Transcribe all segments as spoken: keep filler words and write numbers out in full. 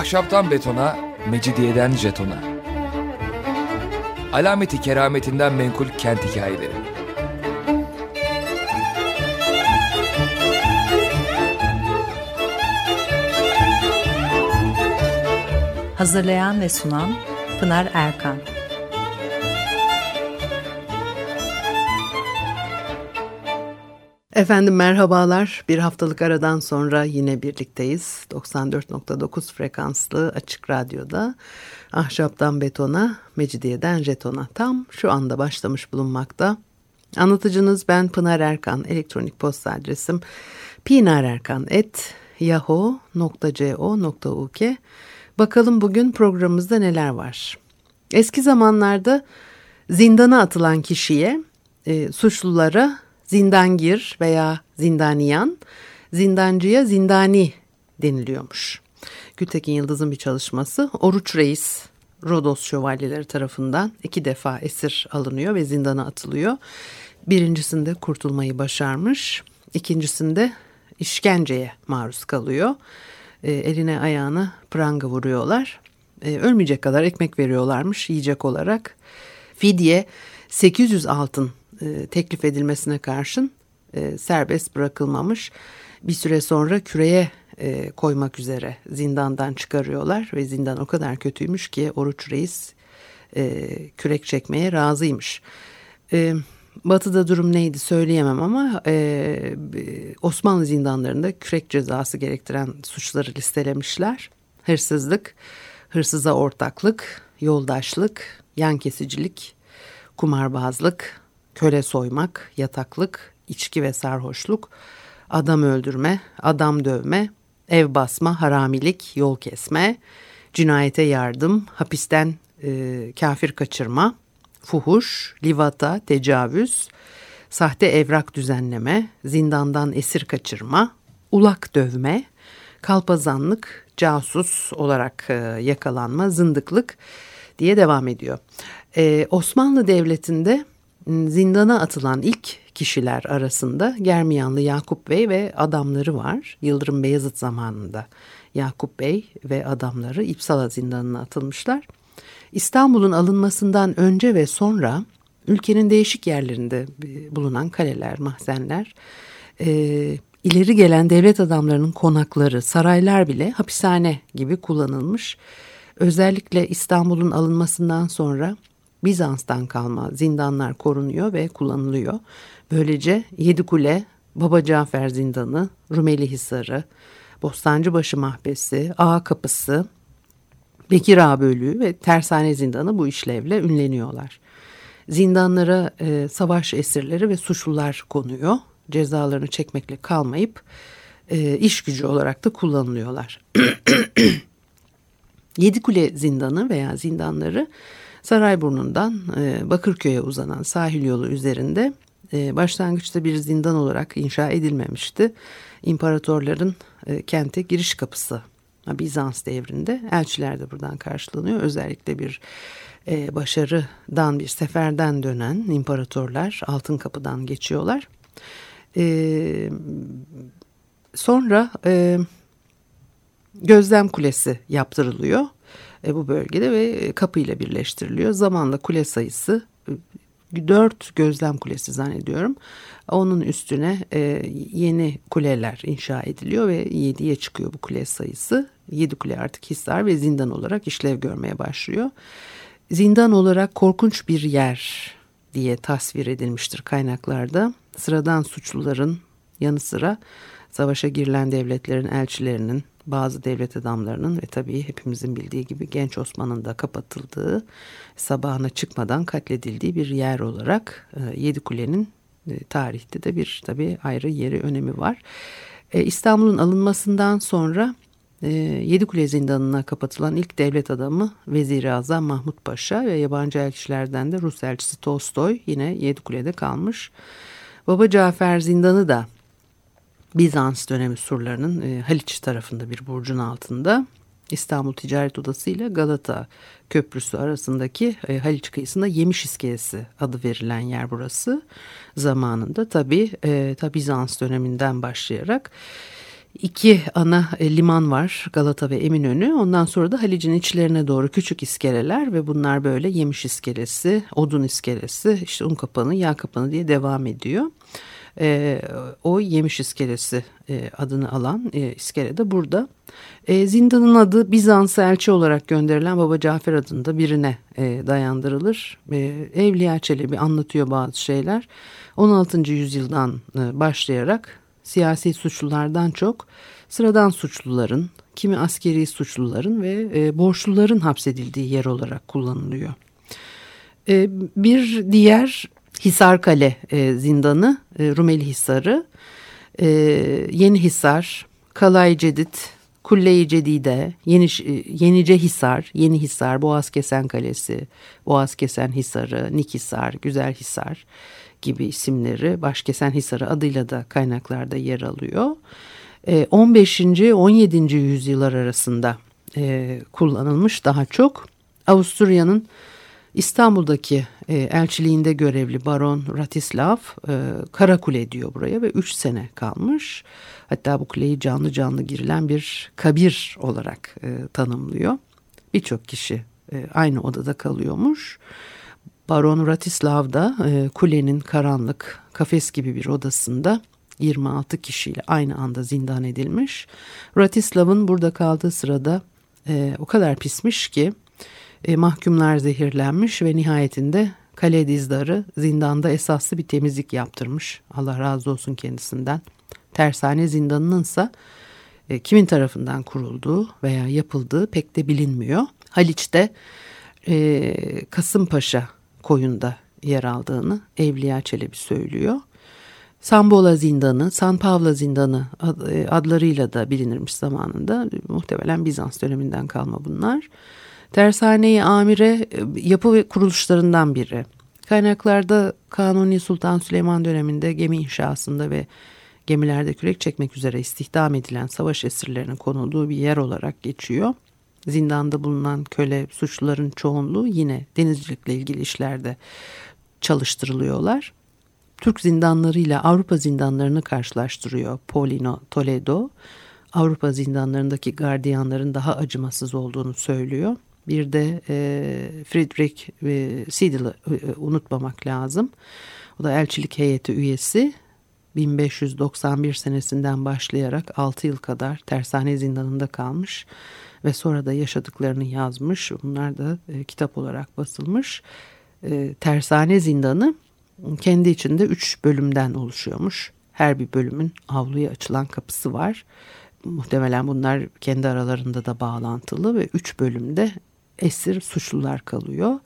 Ahşaptan betona, mecidiyeden jetona. Alameti kerametinden menkul kent hikayeleri. Hazırlayan ve sunan Pınar Erkan. Efendim merhabalar. Bir haftalık aradan sonra yine birlikteyiz. doksan dört nokta dokuz frekanslı Açık Radyo'da Ahşaptan Betona, Mecidiyeden Jeton'a tam şu anda başlamış bulunmakta. Anlatıcınız ben Pınar Erkan. Elektronik posta adresim pinarerkan at yahoo nokta co nokta uk. Bakalım bugün programımızda neler var. Eski zamanlarda zindana atılan kişiye, e, suçlulara zindangir veya zindaniyan, zindancıya zindani deniliyormuş. Gültekin Yıldız'ın bir çalışması. Oruç Reis, Rodos şövalyeleri tarafından iki defa esir alınıyor ve zindana atılıyor. Birincisinde kurtulmayı başarmış, ikincisinde işkenceye maruz kalıyor. E, eline ayağına pranga vuruyorlar. E, ölmeyecek kadar ekmek veriyorlarmış yiyecek olarak. Fidye sekiz yüz altın e, teklif edilmesine karşın e, serbest bırakılmamış. Bir süre sonra küreye e, koymak üzere zindandan çıkarıyorlar ve zindan o kadar kötüymüş ki Oruç Reis e, kürek çekmeye razıymış. E, Batı'da durum neydi söyleyemem ama e, Osmanlı zindanlarında kürek cezası gerektiren suçları listelemişler. Hırsızlık, hırsıza ortaklık, yoldaşlık, yan kesicilik, kumarbazlık, köle soymak, yataklık, içki ve sarhoşluk, adam öldürme, adam dövme, ev basma, haramilik, yol kesme, cinayete yardım, hapisten e, kafir kaçırma, fuhuş, livata, tecavüz, sahte evrak düzenleme, zindandan esir kaçırma, ulak dövme, kalpazanlık, casus olarak e, yakalanma, zındıklık diye devam ediyor. Ee, Osmanlı Devleti'nde zindana atılan ilk kişiler arasında Germiyanlı Yakup Bey ve adamları var. Yıldırım Beyazıt zamanında Yakup Bey ve adamları İpsala zindanına atılmışlar. İstanbul'un alınmasından önce ve sonra ülkenin değişik yerlerinde bulunan kaleler, mahzenler, e, ileri gelen devlet adamlarının konakları, saraylar bile hapishane gibi kullanılmış. Özellikle İstanbul'un alınmasından sonra Bizans'tan kalma zindanlar korunuyor ve kullanılıyor. Böylece Yedikule, Baba Cafer Zindanı, Rumeli Hisarı, Bostancıbaşı Mahbesi, Ağa Kapısı, Bekir Ağa Bölüğü ve Tersane Zindanı bu işlevle ünleniyorlar. Zindanlara e, savaş esirleri ve suçlular konuyor. Cezalarını çekmekle kalmayıp e, iş gücü olarak da kullanılıyorlar. Yedikule Zindanı veya zindanları Sarayburnu'ndan e, Bakırköy'e uzanan sahil yolu üzerinde e, başlangıçta bir zindan olarak inşa edilmemişti. İmparatorların e, kente giriş kapısı. Bizans devrinde elçiler de buradan karşılanıyor. Özellikle bir e, başarıdan, bir seferden dönen imparatorlar Altın Kapı'dan geçiyorlar. E, sonra e, gözlem kulesi yaptırılıyor e, bu bölgede ve kapıyla birleştiriliyor. Zamanla kule sayısı dört gözlem kulesi zannediyorum. Onun üstüne e, yeni kuleler inşa ediliyor ve yediye çıkıyor bu kule sayısı. Yedi kule artık hisar ve zindan olarak işlev görmeye başlıyor. Zindan olarak korkunç bir yer diye tasvir edilmiştir kaynaklarda. Sıradan suçluların yanı sıra savaşa girilen devletlerin elçilerinin, bazı devlet adamlarının ve tabii hepimizin bildiği gibi Genç Osman'ın da kapatıldığı, sabahına çıkmadan katledildiği bir yer olarak e, Yedikule'nin e, tarihte de bir tabii ayrı yeri, önemi var. E, İstanbul'un alınmasından sonra e, Yedikule Zindanı'na kapatılan ilk devlet adamı Vezir-i Azam Mahmut Paşa ve yabancı elçilerden de Rus elçisi Tolstoy yine Yedikule'de kalmış. Baba Cafer Zindanı da Bizans dönemi surlarının e, Haliç tarafında bir burcun altında. İstanbul Ticaret Odası ile Galata Köprüsü arasındaki e, Haliç kıyısında Yemiş İskelesi adı verilen yer burası. Zamanında tabii e, ta Bizans döneminden başlayarak İki ana e, liman var, Galata ve Eminönü. Ondan sonra da Halic'in içlerine doğru küçük iskeleler ve bunlar böyle yemiş iskelesi, odun iskelesi, işte un kapanı, yağ kapanı diye devam ediyor. E, o yemiş iskelesi e, adını alan e, iskele de burada. E, zindanın adı Bizans elçi olarak gönderilen Baba Cafer adında birine e, dayandırılır. E, Evliya Çelebi anlatıyor bazı şeyler. on altıncı yüzyıldan e, başlayarak siyasi suçlulardan çok sıradan suçluların, kimi askeri suçluların ve e, borçluların hapsedildiği yer olarak kullanılıyor. E, bir diğer Hisarkale e, zindanı, e, Rumeli Hisarı, e, Yenihisar, Kalay Cedid, Kulle-i Cedide, Yeni, Yenice Hisar, Yeni Hisar, Boğazkesen Kalesi, Boğazkesen Hisarı, Nikhisar, Güzel Hisar gibi isimleri Başkesen Hisarı adıyla da kaynaklarda yer alıyor. on beşinci on yedinci yüzyıllar arasında e, kullanılmış daha çok. Avusturya'nın İstanbul'daki e, elçiliğinde görevli Baron Ratislav e, Karakule diyor buraya ve üç sene kalmış. Hatta bu kuleyi canlı canlı girilen bir kabir olarak e, tanımlıyor. Birçok kişi e, aynı odada kalıyormuş. Baron Ratislav da e, kulenin karanlık kafes gibi bir odasında yirmi altı kişiyle aynı anda zindan edilmiş. Ratislav'ın burada kaldığı sırada e, o kadar pismiş ki e, mahkumlar zehirlenmiş ve nihayetinde kale dizdarı zindanda esaslı bir temizlik yaptırmış. Allah razı olsun kendisinden. Tersane zindanınınsa e, kimin tarafından kurulduğu veya yapıldığı pek de bilinmiyor. Haliç'te e, Kasımpaşa koyunda yer aldığını Evliya Çelebi söylüyor. Sambola Zindanı, San Pavla Zindanı adlarıyla da bilinirmiş zamanında. Muhtemelen Bizans döneminden kalma bunlar. Tersane-i Amire yapı ve kuruluşlarından biri. Kaynaklarda Kanuni Sultan Süleyman döneminde gemi inşasında ve gemilerde kürek çekmek üzere istihdam edilen savaş esirlerinin konulduğu bir yer olarak geçiyor. Zindanda bulunan köle suçluların çoğunluğu yine denizcilikle ilgili işlerde çalıştırılıyorlar. Türk zindanlarıyla Avrupa zindanlarını karşılaştırıyor Paulino Toledo. Avrupa zindanlarındaki gardiyanların daha acımasız olduğunu söylüyor. Bir de e, Friedrich e, Siedel'i e, unutmamak lazım. O da elçilik heyeti üyesi. bin beş yüz doksan bir senesinden başlayarak altı yıl kadar tersane zindanında kalmış ve sonra da yaşadıklarını yazmış. Bunlar da e, kitap olarak basılmış. E, tersane zindanı kendi içinde üç bölümden oluşuyormuş. Her bir bölümün avluya açılan kapısı var. Muhtemelen bunlar kendi aralarında da bağlantılı ve üç bölümde esir suçlular kalıyor.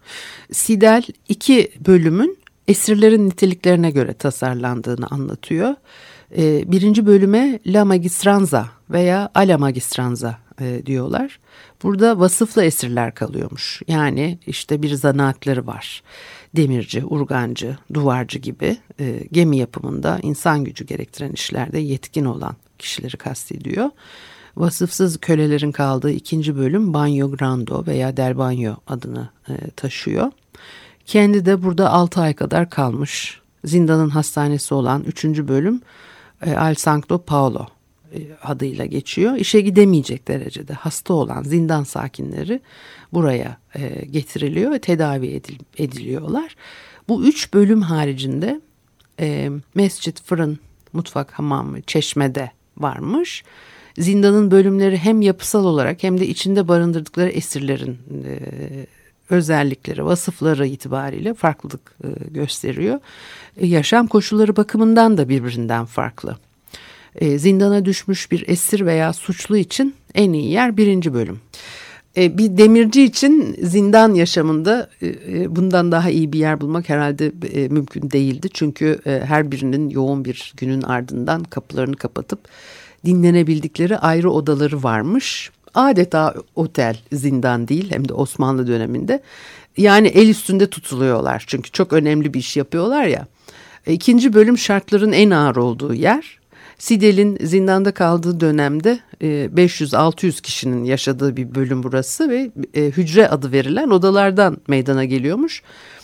Sidel iki bölümün esirlerin niteliklerine göre tasarlandığını anlatıyor. Ee, birinci bölüme La Magistranza veya Ala Magistranza e, diyorlar. Burada vasıflı esirler kalıyormuş. Yani işte bir zanaatleri var. Demirci, urgancı, duvarcı gibi e, gemi yapımında insan gücü gerektiren işlerde yetkin olan kişileri kastediyor. Vasıfsız kölelerin kaldığı ikinci bölüm Banyo Grando veya Del Banyo adını e, taşıyor. Kendi de burada altı ay kadar kalmış. Zindanın hastanesi olan üçüncü bölüm e, Al Sancto Paolo e, adıyla geçiyor. İşe gidemeyecek derecede hasta olan zindan sakinleri buraya e, getiriliyor ve tedavi edil, ediliyorlar. Bu üç bölüm haricinde e, mescit, fırın, mutfak, hamam, çeşmede varmış. Zindanın bölümleri hem yapısal olarak hem de içinde barındırdıkları esirlerin e, özellikleri, vasıfları itibariyle farklılık e, gösteriyor. E, yaşam koşulları bakımından da birbirinden farklı. E, zindana düşmüş bir esir veya suçlu için en iyi yer birinci bölüm. E, bir demirci için zindan yaşamında e, bundan daha iyi bir yer bulmak herhalde e, mümkün değildi. Çünkü e, her birinin yoğun bir günün ardından kapılarını kapatıp dinlenebildikleri ayrı odaları varmış. Adeta otel, zindan değil, hem de Osmanlı döneminde. Yani el üstünde tutuluyorlar çünkü çok önemli bir iş yapıyorlar ya. İkinci bölüm şartların en ağır olduğu yer. Sidel'in zindanda kaldığı dönemde beş yüz altı yüz kişinin yaşadığı bir bölüm burası ve hücre adı verilen odalardan meydana geliyormuş.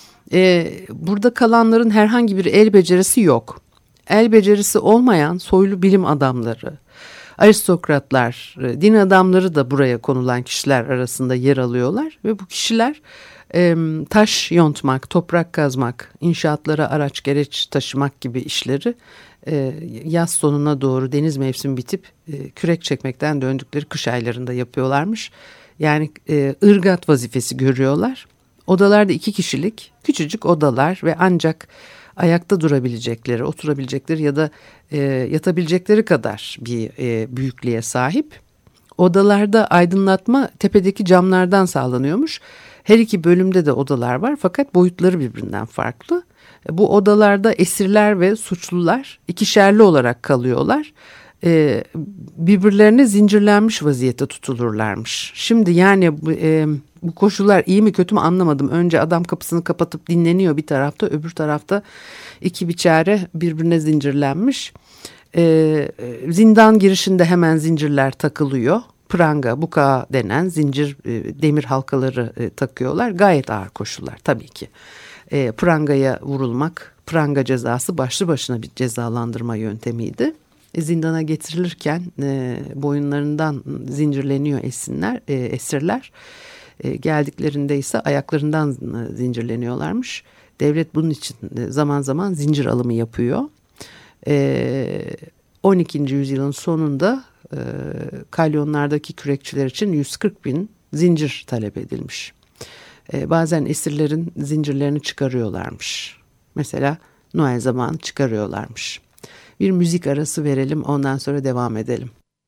Burada kalanların herhangi bir el becerisi yok. El becerisi olmayan soylu bilim adamları, Aristokratlar, din adamları da buraya konulan kişiler arasında yer alıyorlar ve bu kişiler e, taş yontmak, toprak kazmak, inşaatlara araç gereç taşımak gibi işleri e, yaz sonuna doğru deniz mevsimi bitip e, kürek çekmekten döndükleri kış aylarında yapıyorlarmış. Yani e, ırgat vazifesi görüyorlar. Odalarda iki kişilik küçücük odalar ve ancak ayakta durabilecekleri, oturabilecekleri ya da e, yatabilecekleri kadar bir e, büyüklüğe sahip. Odalarda aydınlatma tepedeki camlardan sağlanıyormuş. Her iki bölümde de odalar var fakat boyutları birbirinden farklı. Bu odalarda esirler ve suçlular ikişerli olarak kalıyorlar. Ee, birbirlerine zincirlenmiş vaziyette tutulurlarmış. Şimdi yani e, bu koşullar iyi mi kötü mü anlamadım. Önce adam kapısını kapatıp dinleniyor bir tarafta, öbür tarafta iki biçare birbirine zincirlenmiş. Ee, zindan girişinde hemen zincirler takılıyor. Pranga, buka denen zincir e, demir halkaları e, takıyorlar. Gayet ağır koşullar tabii ki. E, prangaya vurulmak, pranga cezası başlı başına bir cezalandırma yöntemiydi. E, zindana getirilirken e, boyunlarından zincirleniyor esinler, e, esirler. E, geldiklerinde ise ayaklarından e, zincirleniyorlarmış. Devlet bunun için e, zaman zaman zincir alımı yapıyor. E, on ikinci yüzyılın sonunda e, kalyonlardaki kürekçiler için yüz kırk bin zincir talep edilmiş. E, bazen esirlerin zincirlerini çıkarıyorlarmış. Mesela Noel zamanı çıkarıyorlarmış. Bir müzik arası verelim, ondan sonra devam edelim.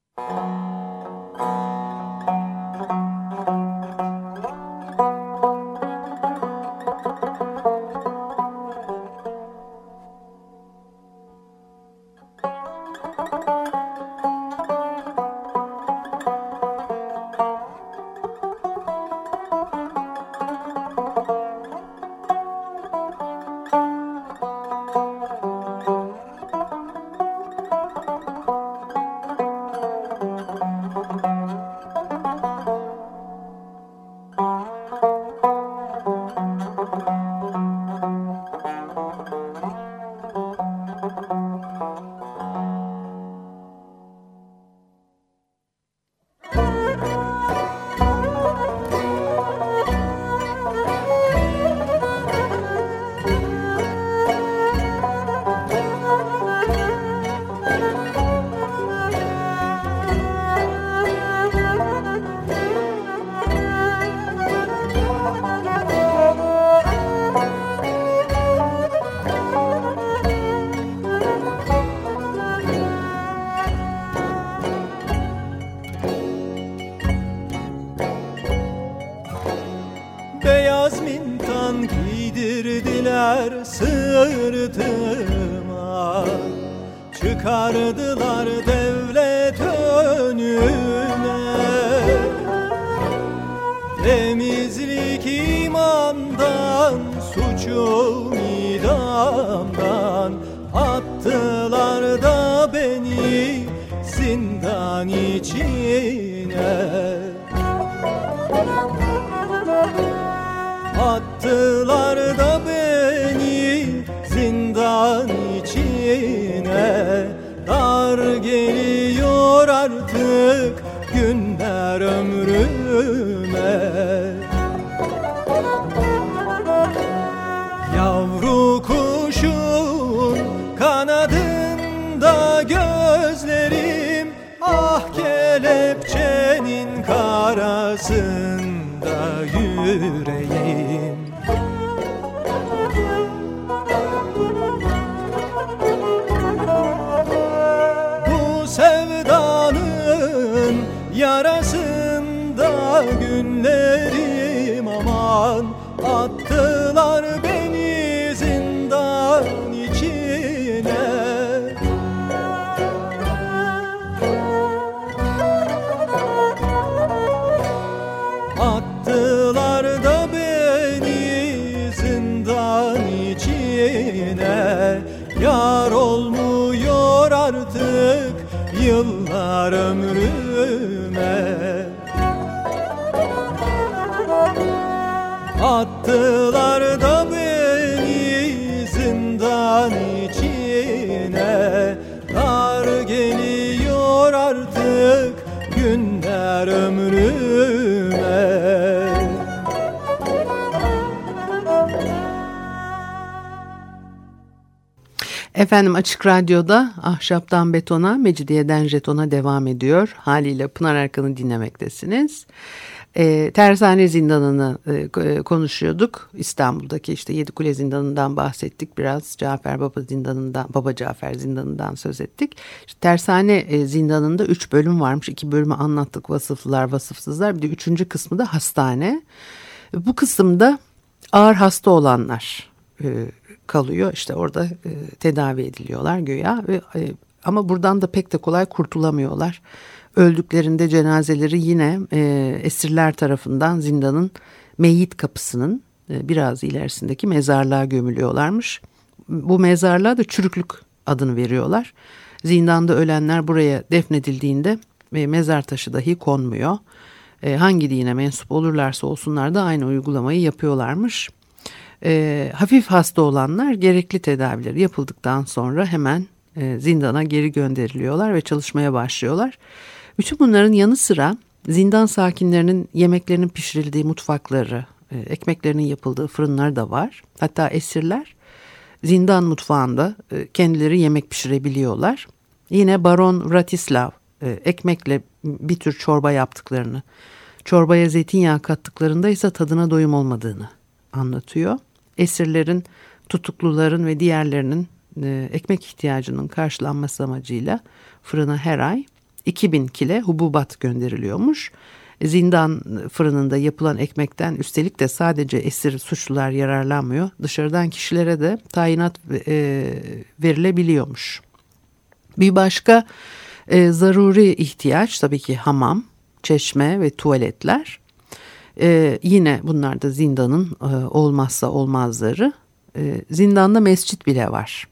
Beyaz mintan giydirdiler sırtıma, çıkardılar devlet önüne. Temizlik imandan, suçum idamdan, attılar da beni zindan içine. Attılar da beni zindan içine. Dar geliyor artık günler ömrüme. Yavru kuşun kanadında gözlerim, ah kelepçenin karasında yüreğim. Bu sevdanın yarasında günlerim aman, attılar beni zindan içine. Attılar da beni zindan içine. Yar olmuyor artık yıllar ömrüme. Attılar da beni zindan içine. Dar geliyor artık yeter ömrüme. Efendim Açık Radyo'da Ahşaptan Betona, Mecidiyeden Jeton'a devam ediyor. Haliyle Pınar Erkan'ı dinlemektesiniz. E, Tersane Zindanı'nı e, konuşuyorduk. İstanbul'daki işte Yedikule Zindanı'ndan bahsettik. Biraz Cafer Baba Zindanı'ndan, Baba Cafer Zindanı'ndan söz ettik. İşte Tersane e, Zindanı'nda üç bölüm varmış. İki bölümü anlattık, vasıflılar, vasıfsızlar. Bir de üçüncü kısmı da hastane. Bu kısımda ağır hasta olanlar e, kalıyor. İşte orada e, tedavi ediliyorlar güya. Ve, e, ama buradan da pek de kolay kurtulamıyorlar. Öldüklerinde cenazeleri yine e, esirler tarafından zindanın meyyit kapısının e, biraz ilerisindeki mezarlığa gömülüyorlarmış. Bu mezarlığa da çürüklük adını veriyorlar. Zindanda ölenler buraya defnedildiğinde e, mezar taşı dahi konmuyor. E, hangi dine mensup olurlarsa olsunlar da aynı uygulamayı yapıyorlarmış. E, hafif hasta olanlar gerekli tedavileri yapıldıktan sonra hemen e, zindana geri gönderiliyorlar ve çalışmaya başlıyorlar. Bütün bunların yanı sıra zindan sakinlerinin yemeklerinin pişirildiği mutfakları, e, ekmeklerinin yapıldığı fırınlar da var. Hatta esirler zindan mutfağında e, kendileri yemek pişirebiliyorlar. Yine Baron Vratislav e, ekmekle bir tür çorba yaptıklarını, çorbaya zeytinyağı kattıklarında ise tadına doyum olmadığını anlatıyor. Esirlerin, tutukluların ve diğerlerinin e, ekmek ihtiyacının karşılanması amacıyla fırına her ay iki bin kile hububat gönderiliyormuş. Zindan fırınında yapılan ekmekten üstelik de sadece esir suçlular yararlanmıyor. Dışarıdan kişilere de tayinat e, verilebiliyormuş. Bir başka e, zaruri ihtiyaç tabii ki hamam, çeşme ve tuvaletler. E, yine bunlar da zindanın e, olmazsa olmazları. E, zindanda mescit bile var.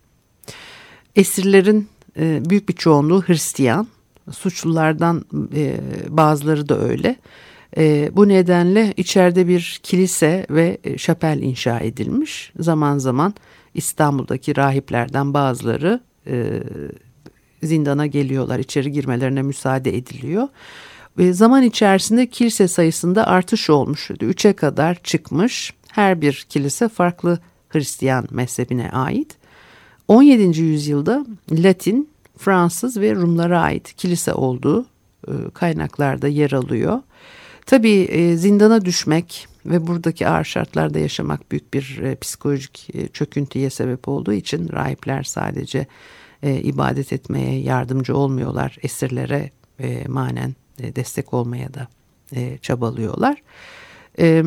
Esirlerin e, büyük bir çoğunluğu Hristiyan. Suçlulardan e, bazıları da öyle. E, bu nedenle içeride bir kilise ve e, şapel inşa edilmiş. Zaman zaman İstanbul'daki rahiplerden bazıları e, zindana geliyorlar. İçeri girmelerine müsaade ediliyor. E, zaman içerisinde kilise sayısında artış olmuş. Üçe kadar çıkmış. Her bir kilise farklı Hristiyan mezhebine ait. on yedinci yüzyılda Latin, Fransız ve Rumlara ait kilise olduğu e, kaynaklarda yer alıyor. Tabii e, zindana düşmek ve buradaki ağır şartlarda yaşamak büyük bir e, psikolojik e, çöküntüye sebep olduğu için rahipler sadece e, ibadet etmeye yardımcı olmuyorlar. Esirlere e, manen e, destek olmaya da e, çabalıyorlar. E,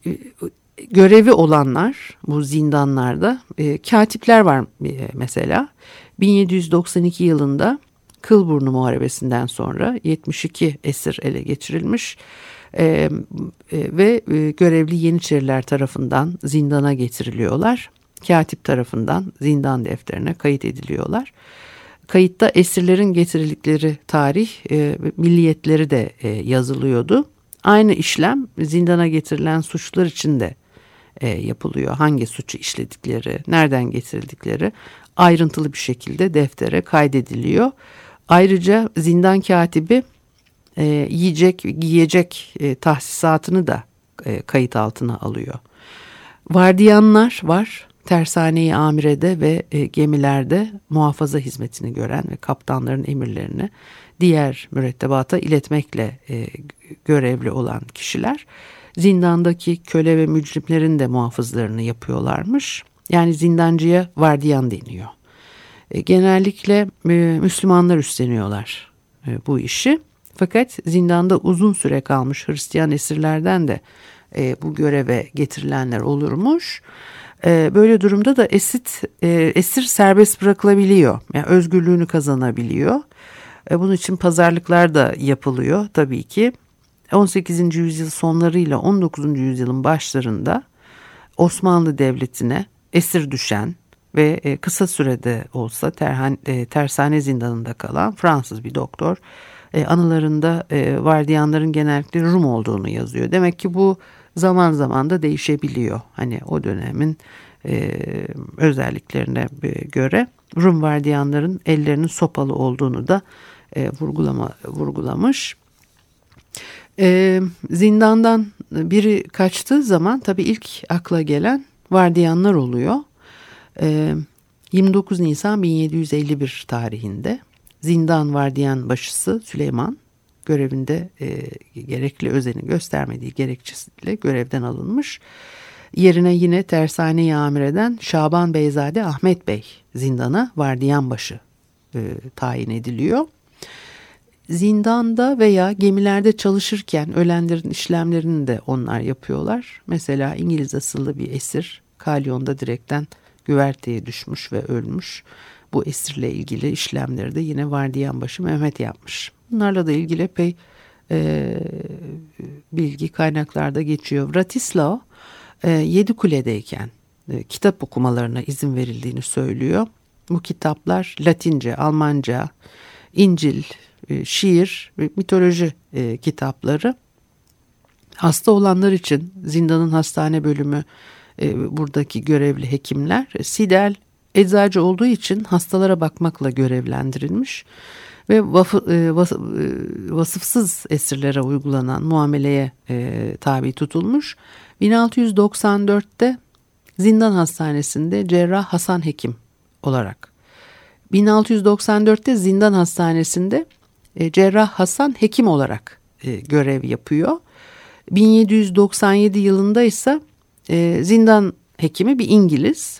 görevi olanlar bu zindanlarda e, katipler var e, mesela. bin yedi yüz doksan iki yılında Kılburnu Muharebesi'nden sonra yetmiş iki esir ele geçirilmiş e, e, ve e, görevli Yeniçeriler tarafından zindana getiriliyorlar. Katip tarafından zindan defterine kayıt ediliyorlar. Kayıtta esirlerin getirildikleri tarih, e, milliyetleri de e, yazılıyordu. Aynı işlem zindana getirilen suçlular için de e, yapılıyor. Hangi suçu işledikleri, nereden getirildikleri ayrıntılı bir şekilde deftere kaydediliyor. Ayrıca zindan katibi e, yiyecek, giyecek e, tahsisatını da e, kayıt altına alıyor. Vardiyanlar var. Tersaneyi amirede ve e, gemilerde muhafaza hizmetini gören ve kaptanların emirlerini diğer mürettebata iletmekle e, görevli olan kişiler zindandaki köle ve mücrimlerin de muhafızlarını yapıyorlarmış. Yani zindancıya vardiyan deniyor. E, genellikle e, Müslümanlar üstleniyorlar e, bu işi. Fakat zindanda uzun süre kalmış Hristiyan esirlerden de e, bu göreve getirilenler olurmuş. E, böyle durumda da esit, e, esir serbest bırakılabiliyor. Yani özgürlüğünü kazanabiliyor. E, bunun için pazarlıklar da yapılıyor tabii ki. on sekizinci yüzyıl sonlarıyla on dokuzuncu yüzyılın başlarında Osmanlı Devleti'ne esir düşen ve kısa sürede olsa terhan, tersane zindanında kalan Fransız bir doktor anılarında vardiyanların genellikle Rum olduğunu yazıyor. Demek ki bu zaman zaman da değişebiliyor. Hani o dönemin özelliklerine göre Rum vardiyanların ellerinin sopalı olduğunu da vurgulama, vurgulamış. E, zindandan biri kaçtığı zaman tabii ilk akla gelen vardiyanlar oluyor. E, yirmi dokuz Nisan bin yedi yüz elli bir tarihinde zindan vardiyan başısı Süleyman görevinde e, gerekli özeni göstermediği gerekçesiyle görevden alınmış. Yerine yine tersaneyi amir eden Şaban Beyzade Ahmet Bey zindana vardiyan başı e, tayin ediliyor. Zindanda veya gemilerde çalışırken ölenlerin işlemlerini de onlar yapıyorlar. Mesela İngiliz asıllı bir esir kalyonda direkten güverteye düşmüş ve ölmüş. Bu esirle ilgili işlemleri de yine vardiyanbaşı Mehmet yapmış. Bunlarla da ilgili epey e, bilgi kaynaklarda geçiyor. Vratislav e, Yedikule'deyken e, kitap okumalarına izin verildiğini söylüyor. Bu kitaplar Latince, Almanca, İncil, e, şiir ve mitoloji e, kitapları. Hasta olanlar için zindanın hastane bölümü e, buradaki görevli hekimler Sidel eczacı olduğu için hastalara bakmakla görevlendirilmiş ve vaf, e, vas, e, vasıfsız esirlere uygulanan muameleye e, tabi tutulmuş. bin altı yüz doksan dörtte zindan hastanesinde cerrah Hasan Hekim olarak, bin altı yüz doksan dörtte zindan hastanesinde e, cerrah Hasan Hekim olarak e, görev yapıyor. bin yedi yüz doksan yedi yılında ise e, zindan hekimi bir İngiliz.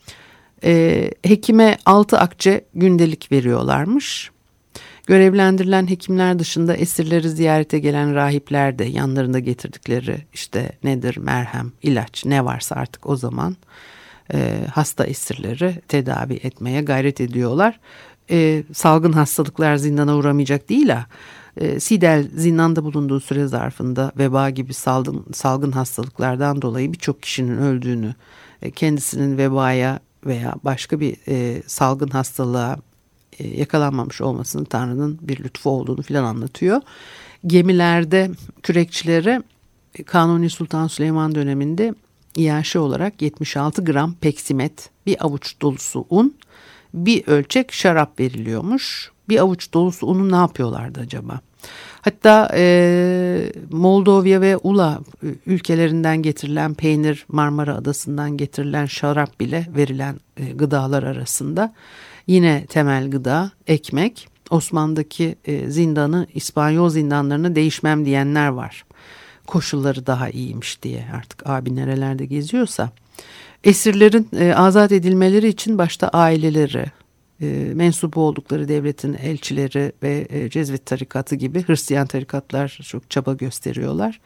E, hekime altı akçe gündelik veriyorlarmış. Görevlendirilen hekimler dışında esirleri ziyarete gelen rahipler de yanlarında getirdikleri işte nedir merhem, ilaç ne varsa artık o zaman e, hasta esirleri tedavi etmeye gayret ediyorlar. E, salgın hastalıklar zindana uğramayacak değil ha. E, Sidel zindanda bulunduğu süre zarfında veba gibi salgın, salgın hastalıklardan dolayı birçok kişinin öldüğünü, e, kendisinin vebaya veya başka bir e, salgın hastalığa e, yakalanmamış olmasının Tanrı'nın bir lütfu olduğunu filan anlatıyor. Gemilerde kürekçilere Kanuni Sultan Süleyman döneminde iaşe olarak yetmiş altı gram peksimet, bir avuç dolusu un, bir ölçek şarap veriliyormuş. Bir avuç dolusu unu ne yapıyorlardı acaba? Hatta e, Moldova ve Ula ülkelerinden getirilen peynir, Marmara Adası'ndan getirilen şarap bile verilen e, gıdalar arasında. Yine temel gıda ekmek. Osmanlı'daki e, zindanı İspanyol zindanlarına değişmem diyenler var. Koşulları daha iyiymiş diye artık abi nerelerde geziyorsa. Esirlerin e, azat edilmeleri için başta aileleri, e, mensup oldukları devletin elçileri ve e, Cezvit tarikatı gibi Hristiyan tarikatlar çok çaba gösteriyorlar.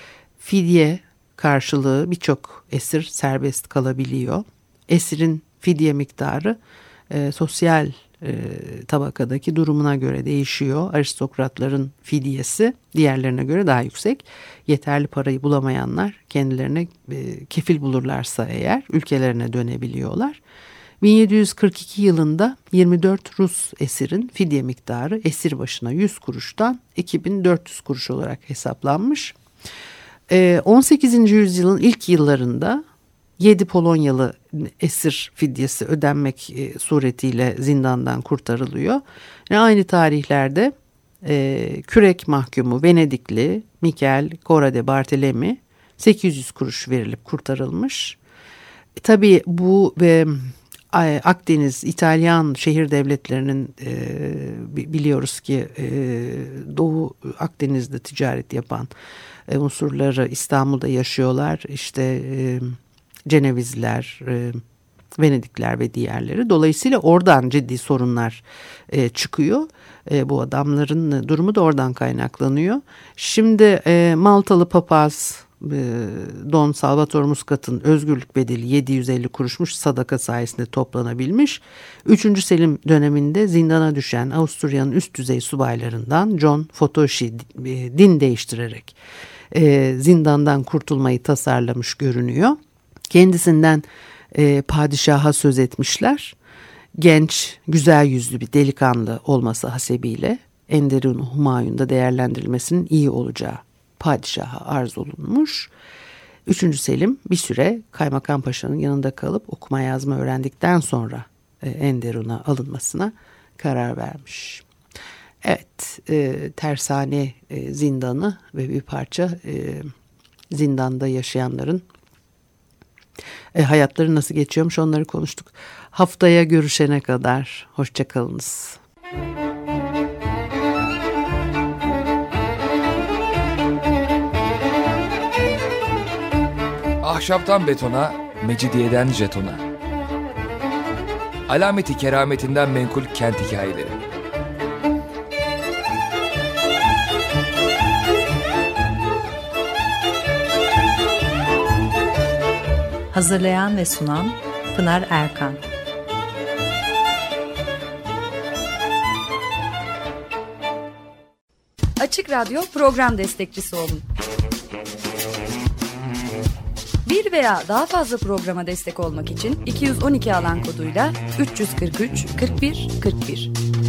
Fidye karşılığı birçok esir serbest kalabiliyor. Esirin fidye miktarı e, sosyal e, tabakadaki durumuna göre değişiyor. Aristokratların fidyesi diğerlerine göre daha yüksek. Yeterli parayı bulamayanlar kendilerine e, kefil bulurlarsa eğer ülkelerine dönebiliyorlar. bin yedi yüz kırk iki yılında yirmi dört Rus esirin fidye miktarı esir başına yüz kuruştan iki bin dört yüz kuruş olarak hesaplanmış. E, on sekizinci yüzyılın ilk yıllarında yedi Polonyalı esir fidyesi ödenmek e, suretiyle zindandan kurtarılıyor. Ve aynı tarihlerde e, kürek mahkumu Venedikli Michael Cora de Barthelemy sekiz yüz kuruş verilip kurtarılmış. E, tabii bu ve Akdeniz İtalyan şehir devletlerinin e, biliyoruz ki e, Doğu Akdeniz'de ticaret yapan e, unsurları İstanbul'da yaşıyorlar. İşte e, Cenevizler, e, Venedikler ve diğerleri. Dolayısıyla oradan ciddi sorunlar e, çıkıyor. E, bu adamların durumu da oradan kaynaklanıyor. Şimdi e, Maltalı papaz e, Don Salvator Muscat'ın özgürlük bedeli yedi yüz elli kuruşmuş, sadaka sayesinde toplanabilmiş. üçüncü Selim döneminde zindana düşen Avusturya'nın üst düzey subaylarından John Fotoshi e, din değiştirerek e, zindandan kurtulmayı tasarlamış görünüyor. Kendisinden e, padişaha söz etmişler. Genç, güzel yüzlü bir delikanlı olması hasebiyle Enderun Humayun'da değerlendirilmesinin iyi olacağı padişaha arz olunmuş. üçüncü Selim bir süre Kaymakam Paşa'nın yanında kalıp okuma yazma öğrendikten sonra e, Enderun'a alınmasına karar vermiş. Evet, e, tersane e, zindanı ve bir parça e, zindanda yaşayanların e, hayatları nasıl geçiyormuş onları konuştuk. Haftaya görüşene kadar hoşça kalınız. Ahşaptan betona, mecidiyeden jetona. Alameti kerametinden menkul kent hikayeleri. Hazırlayan ve sunan Pınar Erkan. Açık Radyo program destekçisi olun. Bir veya daha fazla programa destek olmak için iki yüz on iki alan koduyla üç yüz kırk üç kırk bir kırk bir.